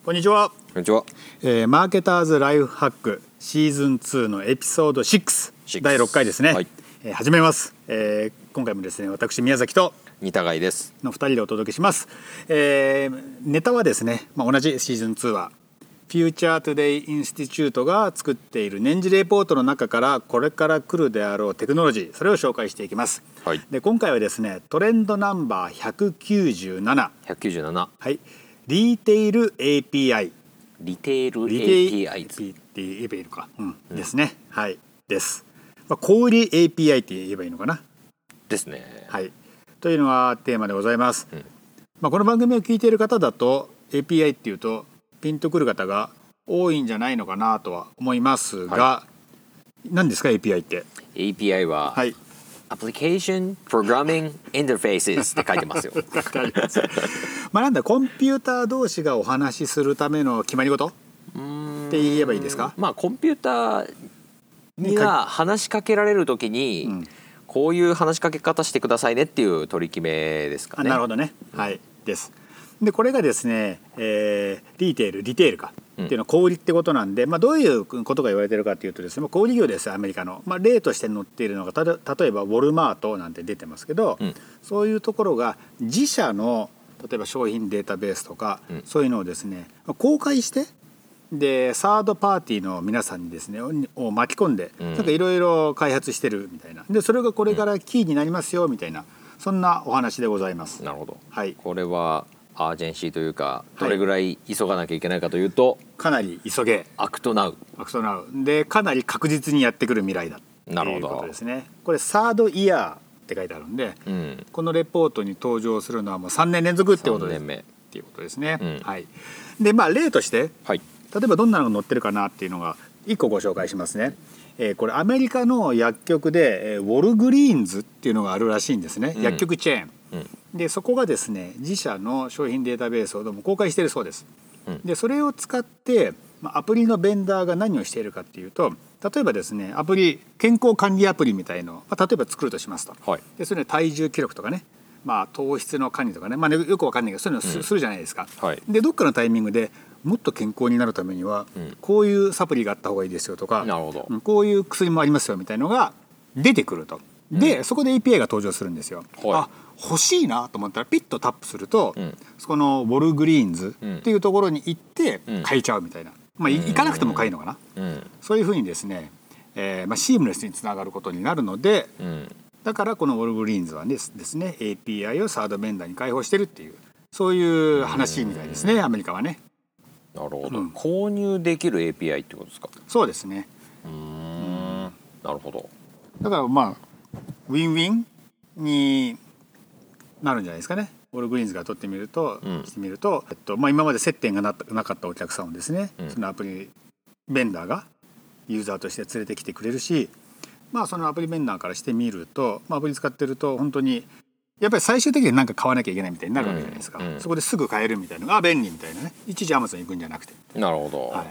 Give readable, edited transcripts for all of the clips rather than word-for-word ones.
こんにちは。 こんにちは。 マーケターズライフハックシーズン2のエピソード6第6回ですね、 はい。 始めます。今回もですね、私宮崎と二高井です。 の2人でお届けします。ネタはですね、同じシーズン2はフューチャートゥデイインスティチュートが作っている年次レポートの中からこれから来るであろうテクノロジー、それを紹介していきます。 はい。 で今回はですね、トレンドナンバー197、 197。 はい、リテール API、 リテールリテ API って言えばいいのか、ですね。はいです。小売 API って言えばいいのかな。 ですね。 はい。というのがテーマでございます。 うん。 この番組を聞いている方だと API っていうとピンとくる方が多いんじゃないのかなとは思いますが、 は何ですか API って。 API は、 はい。 Application Programming Interfaces って書いてますよ。 なんだコンピューター同士がお話しするための決まり事って言えばいいですか。 コンピューターにが話しかけられるときに、こういう話しかけ方してくださいねっていう取り決めですかね。 なるほどね。はいです。でこれがですね、リテールかっていうのは小売りってことなんで、どういうことが言われてるかっていうとですね、小売業ですアメリカの、例として載っているのが例えばウォルマートなんて出てますけど、そういうところが自社の例えば商品データベースとか、そういうのをですね公開してでサードパーティーの皆さんにですねを巻き込んでいろいろ開発してるみたいなで、それがこれからキーになりますよみたいな、そんなお話でございます。 なるほど。 はい。 これはアージェンシーというか、どれぐらい急がなきゃいけないかというと、 かなり急げ、 アクトナウでかなり確実にやってくる未来だっていうことですね。これサードイヤーって書いてあるんで、このレポートに登場するのはもう3年連続ってことです。 3年目っていうことですね。はい。で例として、 はい。 例えばどんなのが載ってるかなっていうのが1個ご紹介しますね。これアメリカの薬局でウォルグリーンズっていうのがあるらしいんですね。薬局チェーン。でそこがですね自社の商品データベースをどうも公開しているそうです。でそれを使ってアプリのベンダーが何をしているかっていうと、例えばですねアプリ健康管理アプリみたいのを、例えば作るとしますと、 はい。 でそれで体重記録とかね、糖質の管理とかね、よくわかんないけどそういうのをするじゃないですか。 はい。 でどっかのタイミングでもっと健康になるためには、こういうサプリがあった方がいいですよとか、 なるほど。 こういう薬もありますよみたいのが出てくると。でそこで API が登場するんですよ。 はい。 欲しいなと思ったらピッとタップすると、そこのウォルグリーンズっていうところに行って買えちゃうみたいな、行かなくても買えるのかな、そういうふうにですね、シームレスにつながることになるので、だからこのウォルグリーンズはですね API をサードベンダーに開放してるっていう、そういう話みたいですね、アメリカはね。 なるほど。購入できる API ってことですか。 そうですね。 なるほど。 だからウィンウィンになるんじゃないですかね。ウォルグリーンズが取ってみると、今まで接点がなかったお客さんをですね、そのアプリベンダーがユーザーとして連れてきてくれるし、そのアプリベンダーからしてみると、アプリ使ってると本当にやっぱり最終的に何か買わなきゃいけないみたいになるわけじゃないですか。そこですぐ買えるみたいな、便利みたいなね、一時アマゾン行くんじゃなくて。 なるほど。 はい、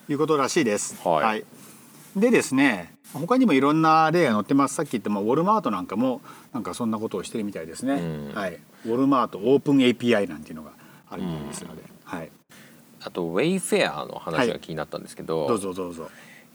いうことらしいです。 はい。 でですね、他にもいろんな例が載ってます。さっき言ったウォルマートなんかもそんなことをしてるみたいですね。はい。ウォルマートオープン API なんていうのがあるみたいですので、はい。 あとウェイフェアの話が気になったんですけど、 どうぞ。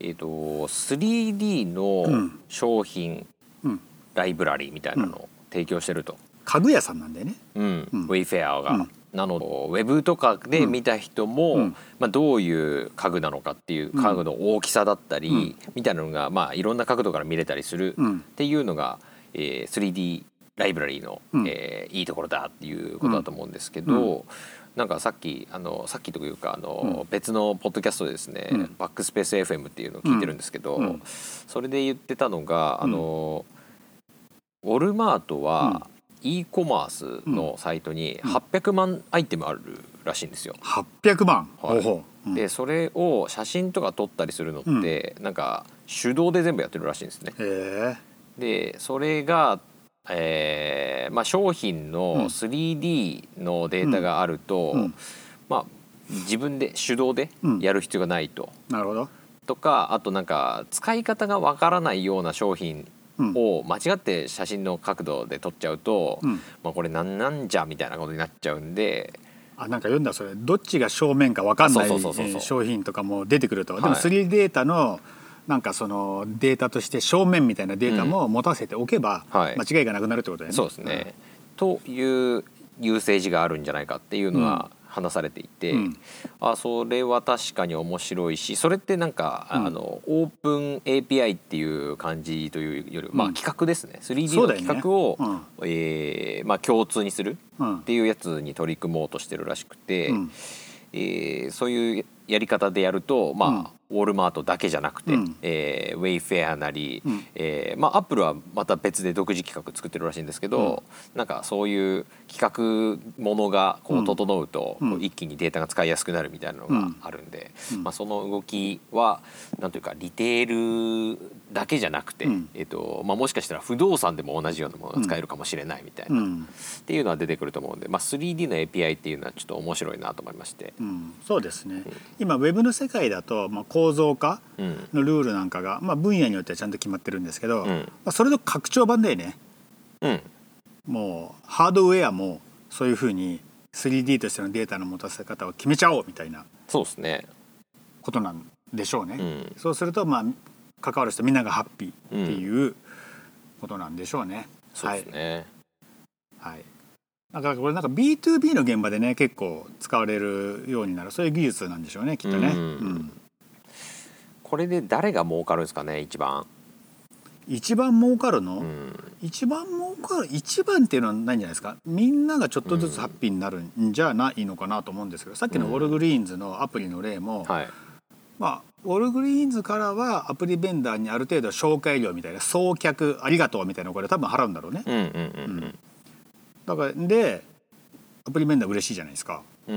3D の商品、ライブラリーみたいなのを提供してると。 家具屋さんなんだよね。 ウェイフェアが。なのでウェブとかで見た人も、どういう家具なのかっていう家具の大きさだったり、みたいなのが、いろんな角度から見れたりするっていうのが、3D ライブラリーの、いいところだっていうことだと思うんですけど、なんかさっきというか別のポッドキャストでですね、バックスペース FM っていうのを聞いてるんですけど、それで言ってたのがウォルマートは、e コマースのサイトに800万アイテムあるらしいんですよ。 800万。 でそれを写真とか撮ったりするのって、なんか手動で全部やってるらしいんですね。でそれが、商品の 3D のデータがあると、自分で手動でやる必要がないと。 なるほど。 とか、あとなんか使い方がわからないような商品を間違って写真の角度で撮っちゃうと、これなんじゃみたいなことになっちゃうんで、 なんか読んだそれどっちが正面か分かんない商品とかも出てくると、でも 3D データのなんかそのデータとして正面みたいなデータも持たせておけば間違いがなくなるってことだよね。 そうですね、という優勢があるんじゃないかっていうのは話されていて、それは確かに面白いし、それってなんか、オープン API っていう感じというより、企画ですね。 3D の企画を、共通にするっていうやつに取り組もうとしてるらしくて、そういうやり方でやると、ウォールマートだけじゃなくて、ウェイフェアなり、アップルはまた別で独自企画作ってるらしいんですけど、なんかそういう企画ものがこう整うと、一気にデータが使いやすくなるみたいなのがあるんで、その動きはなんというかリテールだけじゃなくて、もしかしたら不動産でも同じようなものが使えるかもしれないみたいな、っていうのは出てくると思うんで、3D の API っていうのはちょっと面白いなと思いまして、 そうですね、今ウェブの世界だと、構造化のルールなんかが、分野によってはちゃんと決まってるんですけど、それの拡張版だよね。もうハードウェアもそういうふうに 3D としてのデータの持たせ方を決めちゃおうみたいなことなんでしょうね。そうすると関わる人みんながハッピーっていうことなんでしょうね。 そうですね。 だからこれなんか B2B の現場でね結構使われるようになる、そういう技術なんでしょうねきっとね。 これで誰が儲かるんですかね。一番儲かるの、一番っていうのはないんじゃないですか。みんながちょっとずつハッピーになるんじゃないのかなと思うんですけど、さっきのウォルグリーンズのアプリの例も、ウォルグリーンズからはアプリベンダーにある程度紹介料みたいな送客ありがとうみたいなこれ多分払うんだろうね。だからでアプリベンダー嬉しいじゃないですか。でウ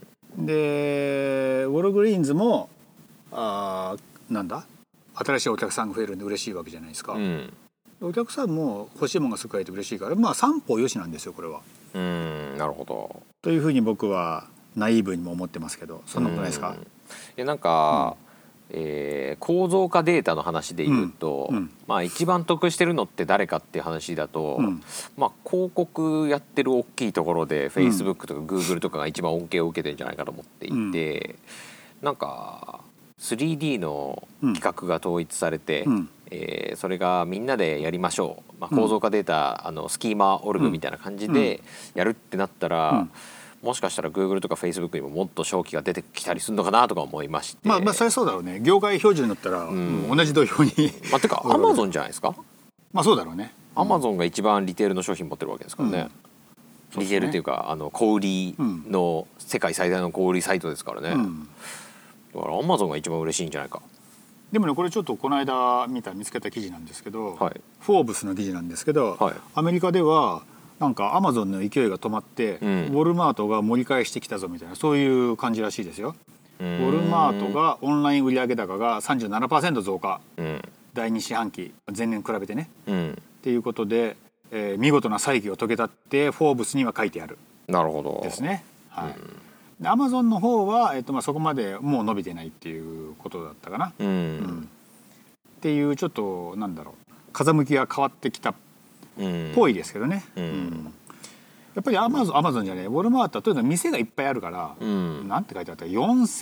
ォルグリーンズもなんだ新しいお客さんが増えるんで嬉しいわけじゃないですか。お客さんも欲しいものがすぐ買えて嬉しいから三方よしなんですよこれは。 なるほど。 というふうに僕はナイーブにも思ってますけど、そんなことないですか。 なんか、構造化データの話で言うと、一番得してるのって誰かっていう話だと、広告やってる大きいところで Facebook とか Google とかが一番恩恵を受けてるんじゃないかと思っていて、なんか 3D の企画が統一されて、それがみんなでやりましょう、構造化データスキーマオルグみたいな感じでやるってなったら、もしかしたら Google とか Facebook にももっと商機が出てきたりするのかなとか思いまして、 それそうだろうね。業界標準になったら、同じ土俵にてか Amazon じゃないですか。 そうだろうね。 Amazon が一番リテールの商品持ってるわけですからね。リテールっていうか小売りの世界最大の小売りサイトですからね。だから Amazon が一番嬉しいんじゃないか。 でもねこれちょっとこの間見つけた記事なんですけど、フォーブスの記事なんですけど、アメリカではなんかアマゾンの勢いが止まって、ウォルマートが盛り返してきたぞみたいなそういう感じらしいですよ。ウォルマートがオンライン売上高が 37% 増加、第2四半期前年比べてね、っていうことで、見事な再起を遂げたってフォーブスには書いてある。 なるほどですね。アマゾンの方は、そこまでもう伸びてないっていうことだったかな。っていうちょっとなんだろう風向きが変わってきたっぽいですけどね。やっぱりアマゾンじゃねえウォルマートはとにかく店がいっぱいあるから、なんて書いてあったら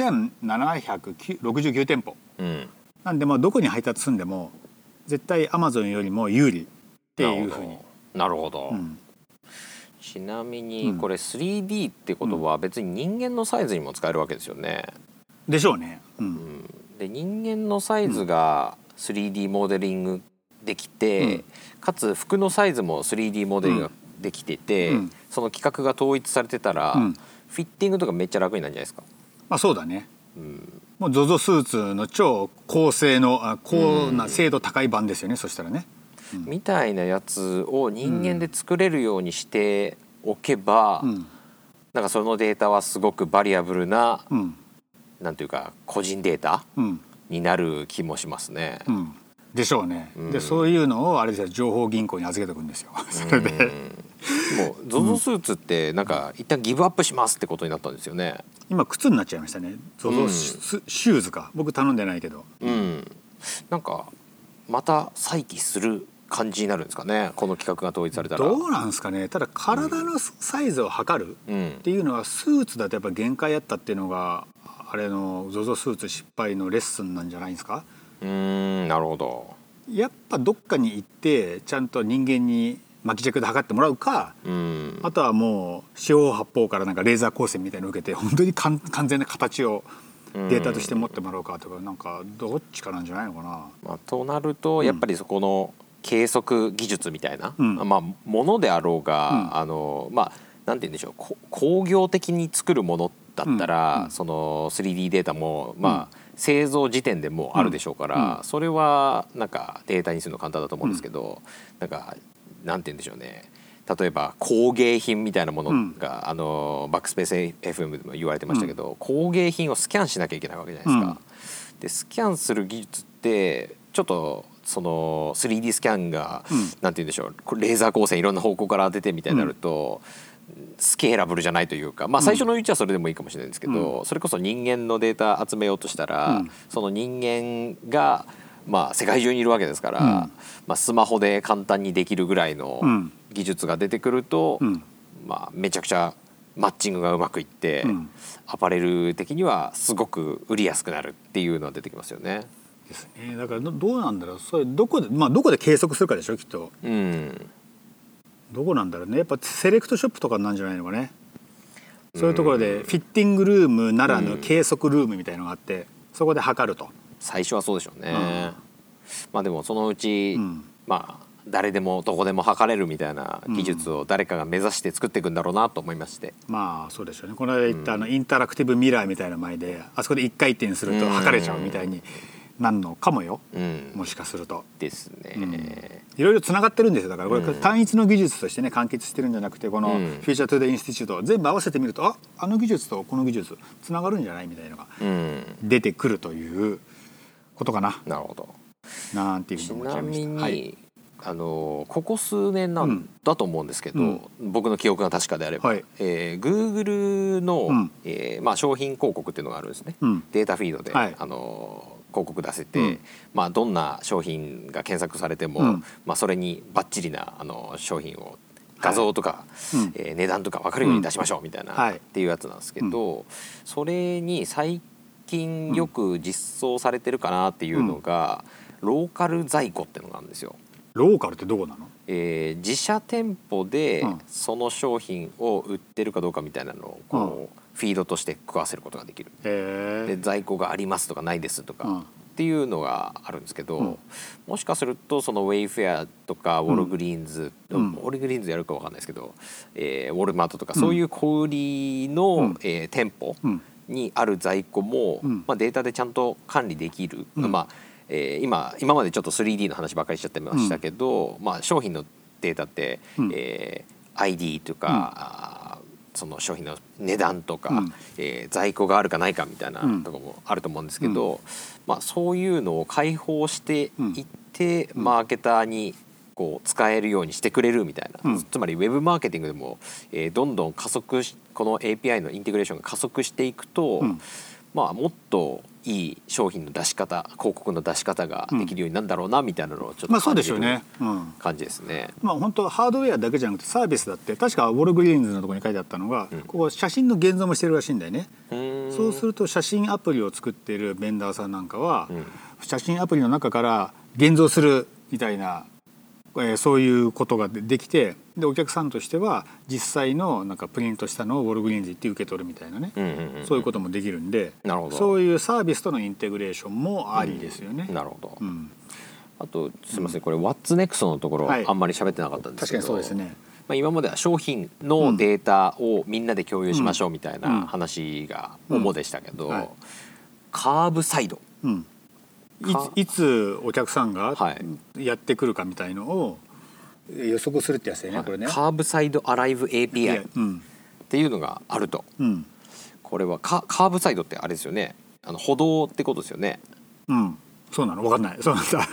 4769店舗、なんでどこに配達すんでも絶対アマゾンよりも有利っていうふうに。 なるほど。ちなみにこれ 3D ってことは別に人間のサイズにも使えるわけですよね。 でしょうね。 で人間のサイズが 3D モデリングできて、かつ服のサイズも 3D モデリングができてて、その規格が統一されてたら、フィッティングとかめっちゃ楽になるんじゃないですか。 そうだね。もう ZOZO スーツの超高性能精度高い版ですよね。そしたらね。 みたいなやつを人間で作れるようにしておけば、なんかそのデータはすごくバリアブルな、なんていうか個人データになる気もしますね。 でしょうね。でそういうのをあれですよ情報銀行に預けておくんですよ。それでもう ZOZO スーツってなんか一旦ギブアップしますってことになったんですよね。 今靴になっちゃいましたね。ZOZOシューズか。僕頼んでないけど。 なんかまた再起する感じになるんですかね、この企画が統一されたら。 どうなんですかね。ただ体のサイズを測るっていうのはスーツだとやっぱ限界あったっていうのがあれの ZOZO スーツ失敗のレッスンなんじゃないですか。 なるほど。 やっぱどっかに行ってちゃんと人間に巻き尺で測ってもらうか、あとはもう四方八方からなんかレーザー光線みたいなのを受けて本当に完全な形をデータとして持ってもらうかとか、なんかどっちかなんじゃないのかな。 となるとやっぱりそこの計測技術みたいな、ものであろうが、なんて言うんでしょう、工業的に作るものだったら、その 3D データも製造時点でもうあるでしょうから、それはなんかデータにするの簡単だと思うんですけど、なんかなんて言うんでしょうね、例えば工芸品みたいなものが、バックスペース FM でも言われてましたけど、工芸品をスキャンしなきゃいけないわけじゃないですか。でスキャンする技術ってちょっとその 3D スキャンが、なんて言うんでしょう、レーザー光線いろんな方向から当ててみたいになると、スケーラブルじゃないというか、最初のうちはそれでもいいかもしれないんですけど、それこそ人間のデータ集めようとしたら、その人間が世界中にいるわけですから、スマホで簡単にできるぐらいの技術が出てくると、めちゃくちゃマッチングがうまくいって、アパレル的にはすごく売りやすくなるっていうのは出てきますよね。 ですね。だからどうなんだろう、それどこで計測するかでしょきっと。どこなんだろうね。やっぱセレクトショップとかなんじゃないのかね。そういうところでフィッティングルームならぬ計測ルームみたいのがあって、そこで測ると。 最初はそうでしょうね。でもそのうち、誰でもどこでも測れるみたいな技術を誰かが目指して作っていくんだろうなと思いまして、 そうでしょうね。この間言ったインタラクティブミラーみたいな前で、あそこで一回転すると測れちゃうみたいになんのかもよ、もしかするとですね。 いろいろつながってるんですよ。だからこれ単一の技術としてね完結してるんじゃなくて、このフューチャートゥデイインスティチュート全部合わせてみると、あの技術とこの技術つながるんじゃないみたいなのが出てくるということかな。 なるほど。 なんていうふうに思っちゃいました。 ちなみに、ここ数年なんだと思うんですけど、僕の記憶が確かであれば、Google の、商品広告っていうのがあるんですね。データフィードで、広告出せて、どんな商品が検索されても、それにバッチリな商品を画像とか、値段とか分かるように出しましょうみたいな、っていうやつなんですけど、それに最近よく実装されてるかなっていうのが、ローカル在庫っていうのがあるんですよ。 ローカルってどこなの？ 自社店舗でその商品を売ってるかどうかみたいなのをこうフィードとして食わせることができる。で在庫がありますとかないですとかっていうのがあるんですけど、もしかするとそのウェイフェアとかウォルグリーンズ、ウォルグリーンズやるか分かんないですけど、ウォルマートとかそういう小売りの、店舗にある在庫も、データでちゃんと管理できる。今までちょっと 3D の話ばっかりしちゃってましたけど、商品のデータって、ID とか、その商品の値段とか、在庫があるかないかみたいなところもあると思うんですけど、そういうのを開放していって、マーケターにこう使えるようにしてくれるみたいな、つまりウェブマーケティングでも、どんどん加速この API のインテグレーションが加速していくと、もっといい商品の出し方、広告の出し方ができるようになるんだろうなみたいなのをちょっと感じる感じですね。 本当ハードウェアだけじゃなくてサービスだって、確かウォルグリーンズのところに書いてあったのが、ここ写真の現像もしてるらしいんだよね。そうすると写真アプリを作っているベンダーさんなんかは、写真アプリの中から現像するみたいな、そういうことができて、でお客さんとしては実際のなんかプリントしたのをウォルグリーンズ行って受け取るみたいなね、そういうこともできるんで、そういうサービスとのインテグレーションもありですよね。 なるほど。あとすみません、これ What's Next のところ、あんまり喋ってなかったんですけど、 確かにそうですね。 今までは商品のデータをみんなで共有しましょうみたいな話が主でしたけど、カーブサイド、 いつお客さんがやってくるかみたいのを予測するってやつだよね、これね。 カーブサイドアライブ API っていうのがあると。これはカーブサイドってあれですよね、歩道ってことですよね。 そうなの？分かんない。そうなんだ。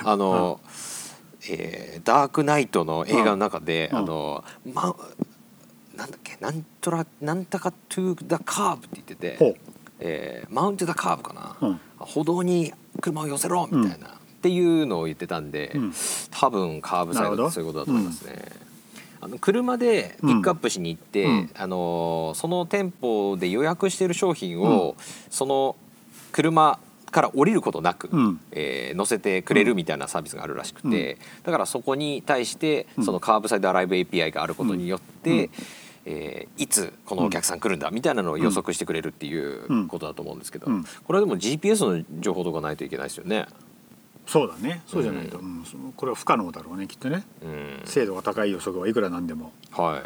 ダークナイトの映画の中で、なんだっけ、なんたかトゥーダカーブって言ってて、マウントダカーブかな、歩道に車を寄せろみたいな、 っていうのを言ってたんで、多分カーブサイドってそういうことだと思いますね。車でピックアップしに行って、その店舗で予約している商品を、その車から降りることなく、乗せてくれるみたいなサービスがあるらしくて、だからそこに対してそのカーブサイドアライブ API があることによって、いつこのお客さん来るんだみたいなのを予測してくれるっていうことだと思うんですけど、これはでも GPS の情報とかないといけないですよね。 そうだね、そうじゃないと、これは不可能だろうねきっとね、精度が高い予測はいくらなんでも。 はい、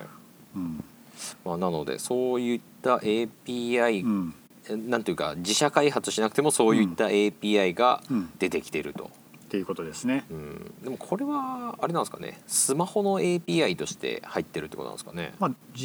なのでそういった API、なんていうか自社開発しなくてもそういった API が出てきていると、 っていうことですね。 でもこれはあれなんですかね、スマホの API として入ってるってことなんですかね。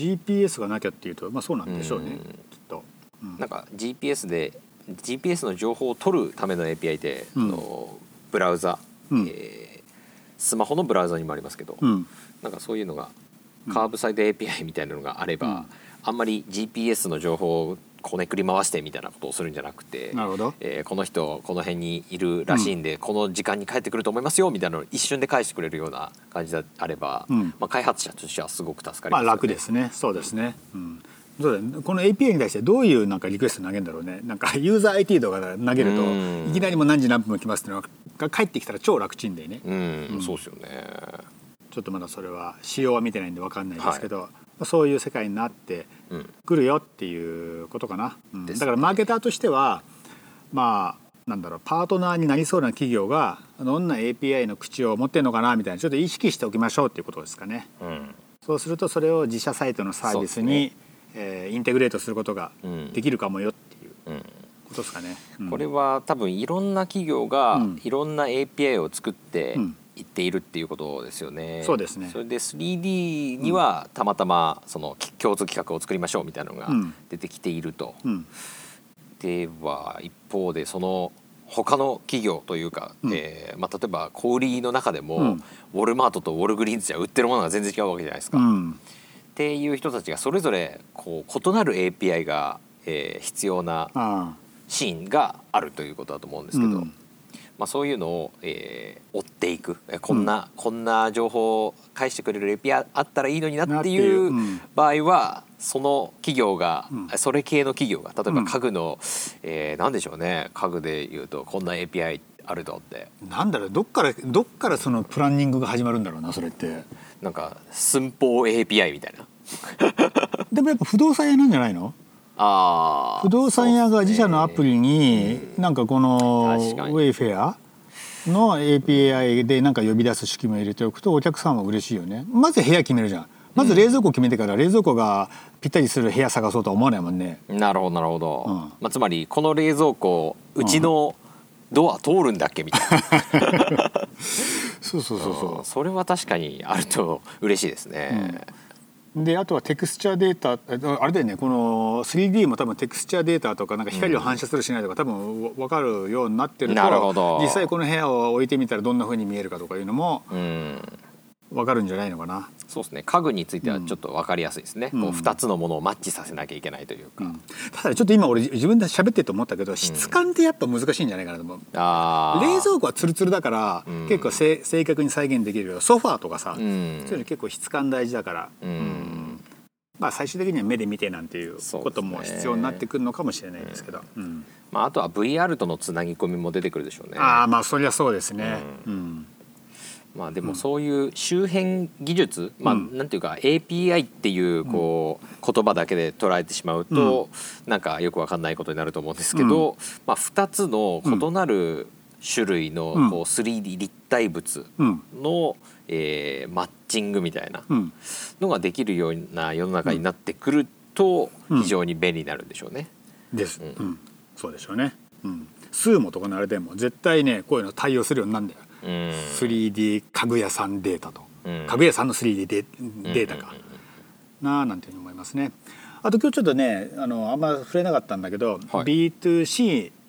GPS がなきゃっていうと、そうなんでしょうね、きっと。 なんか GPS の情報を取るための API って、ブラウザ、スマホのブラウザにもありますけど、なんかそういうのがカーブサイド API みたいなのがあれば、あんまり GPS の情報をこねくり回してみたいなことをするんじゃなくて、 なるほど、 この人この辺にいるらしいんで、この時間に帰ってくると思いますよみたいなのを一瞬で返してくれるような感じであれば、開発者としてはすごく助かりますよね。 楽ですね。そうですね。そうだね、この API に対してどういうなんかリクエスト投げるんだろうね。なんかユーザー IT とか投げるといきなりもう何時何分も来ますっていうのが返ってきたら超楽ちんでね。 そうですよね。 ちょっとまだそれは仕様は見てないんで分かんないですけど、そういう世界になってくるよっていうことかな。だからマーケターとしてはなんだろう、パートナーになりそうな企業がどんな API の口を持ってるのかなみたいな、ちょっと意識しておきましょうっていうことですかね。そうするとそれを自社サイトのサービスにインテグレートすることができるかもよっていうことですかね。 これは多分いろんな企業がいろんな API を作っていっているっていうことですよね。 そうですね。 それで 3D にはたまたまその共通企画を作りましょうみたいなのが出てきていると。では一方でその他の企業というか、例えば小売りの中でも、ウォルマートとウォルグリーンズじゃ売ってるものが全然違うわけじゃないですか。っていう人たちがそれぞれこう異なる API が、必要なシーンがあるということだと思うんですけど、そういうのを、追っていく、こんな情報を返してくれる API あったらいいのになっていう場合は、その企業が、それ系の企業が例えば家具の、なんでしょうね、家具でいうとこんな API あるとって、 なんだろう、どっからそのプランニングが始まるんだろうな、それって。 なんか寸法 API みたいなでもやっぱ不動産屋なんじゃないの？不動産屋が自社のアプリになんかこのウェイフェアの API でなんか呼び出す仕組みを入れておくとお客さんは嬉しいよね。まず部屋決めるじゃん。まず冷蔵庫決めてから冷蔵庫がぴったりする部屋探そうとは思わないもんね。 なるほどなるほど、つまりこの冷蔵庫うちのドア通るんだっけみたいなそうそれは確かにあると嬉しいですね。 であとはテクスチャデータ、あれだよね、この 3D も多分テクスチャデータとかなんか光を反射するしないとか多分分かるようになってると、 なるほど、 実際この部屋を置いてみたらどんな風に見えるかとかいうのも分かるんじゃないのかな。 そうですね、家具についてはちょっと分かりやすいですね、こう2つのものをマッチさせなきゃいけないというか、 ただちょっと今俺自分で喋ってて思ったけど、質感ってやっぱ難しいんじゃないかなと思う。冷蔵庫はツルツルだから、結構正確に再現できるけど、ソファーとかさ、そういうの結構質感大事だから、最終的には目で見てなんていうことも必要になってくるのかもしれないですけど、 あとは VR とのつなぎ込みも出てくるでしょうね。 そりゃそうですね。 でもそういう周辺技術、なんていうか API っていうこう言葉だけで捉えてしまうと、なんかよくわかんないことになると思うんですけど、2つの異なる種類のこう 3D 立体物の、マッチングみたいなのができるような世の中になってくると非常に便利になるんでしょうね。 そうでしょうね。スーモとかのあれでも絶対ねこういうの対応するようになるんだよ。3D 家具屋さんデータと、家具屋さんの 3D データかなんていうふうに思いますね。あと今日ちょっとねあんま触れなかったんだけど、B2C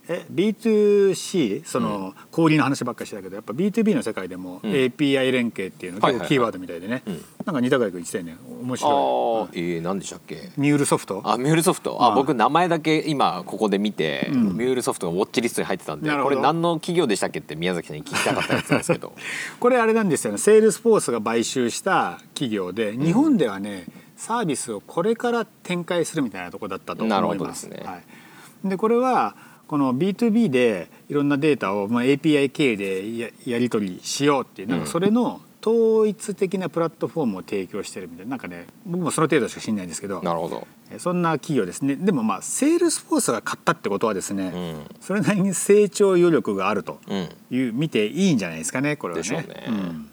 B2C その小売りの話ばっかりしてたけど、やっぱ B2B の世界でも API 連携っていうのが結構キーワードみたいでね、なんか似たかいく言ってたよね。面白い。 何でしたっけ？ ミュールソフト。 ミュールソフト。僕名前だけ今ここで見て、ミュールソフトがウォッチリストに入ってたんで、これ何の企業でしたっけって宮崎さんに聞きたかったやつなんですけどこれあれなんですよね。セールスフォースが買収した企業で、日本ではねサービスをこれから展開するみたいなところだったと思います。 なるほどですね。 はい、でこれはこの B2B でいろんなデータを、API 経由で やり取りしようっていう、なんかそれの統一的なプラットフォームを提供してるみたいな、なんかね僕もその程度しか知らないんですけど、 なるほど、 そんな企業ですね。でもセールスフォースが買ったってことはですね、それなりに成長余力があるという、見ていいんじゃないですかね、これはね。 でしょうね。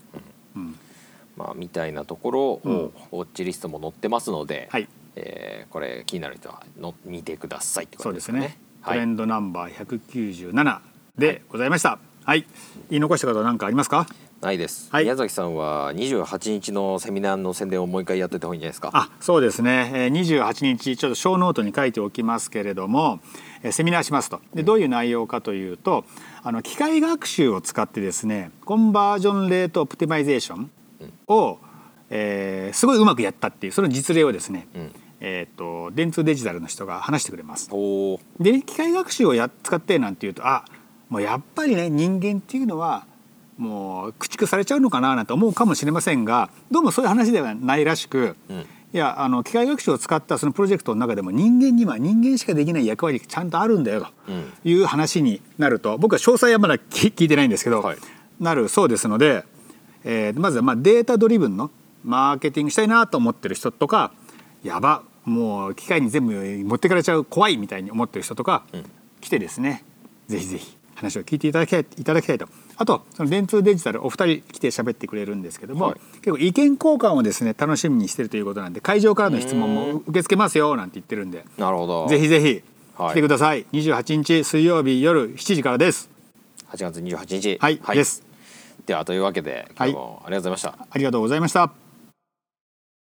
みたいなところをウォッチリストも載ってますので、これ気になる人は見てくださいってことですね。そうですね。トレンドナンバー197でございました。はい。言い残したことは何かありますか？ ないです。宮崎さんは28日のセミナーの宣伝をもう一回やってた方がいいんじゃないですか？そうですね。28日ちょっと小ノートに書いておきますけれども、セミナーしますと。でどういう内容かというと、機械学習を使ってですね、コンバージョンレートオプティマイゼーションを、すごいうまくやったっていうその実例をですね、電通デジタルの人が話してくれます。でね、機械学習を使ってなんていうと、もうやっぱりね人間っていうのはもう駆逐されちゃうのかななんて思うかもしれませんが、どうもそういう話ではないらしく、いや機械学習を使ったそのプロジェクトの中でも人間には人間しかできない役割がちゃんとあるんだよという話になると、僕は詳細はまだ聞いてないんですけど、なるそうですので、まずはデータドリブンのマーケティングしたいなと思ってる人とか、やばもう機械に全部持ってかれちゃう怖いみたいに思ってる人とか、来てですね、ぜひぜひ話を聞いていただきたいと。あとその電通デジタルお二人来て喋ってくれるんですけども、結構意見交換をですね楽しみにしてるということなんで、会場からの質問も受け付けますよなんて言ってるんで、なるほど、ぜひぜひ来てください。28日水曜日夜7時からです。8月28日です。ではというわけで今日もありがとうございました。ありがとうございました。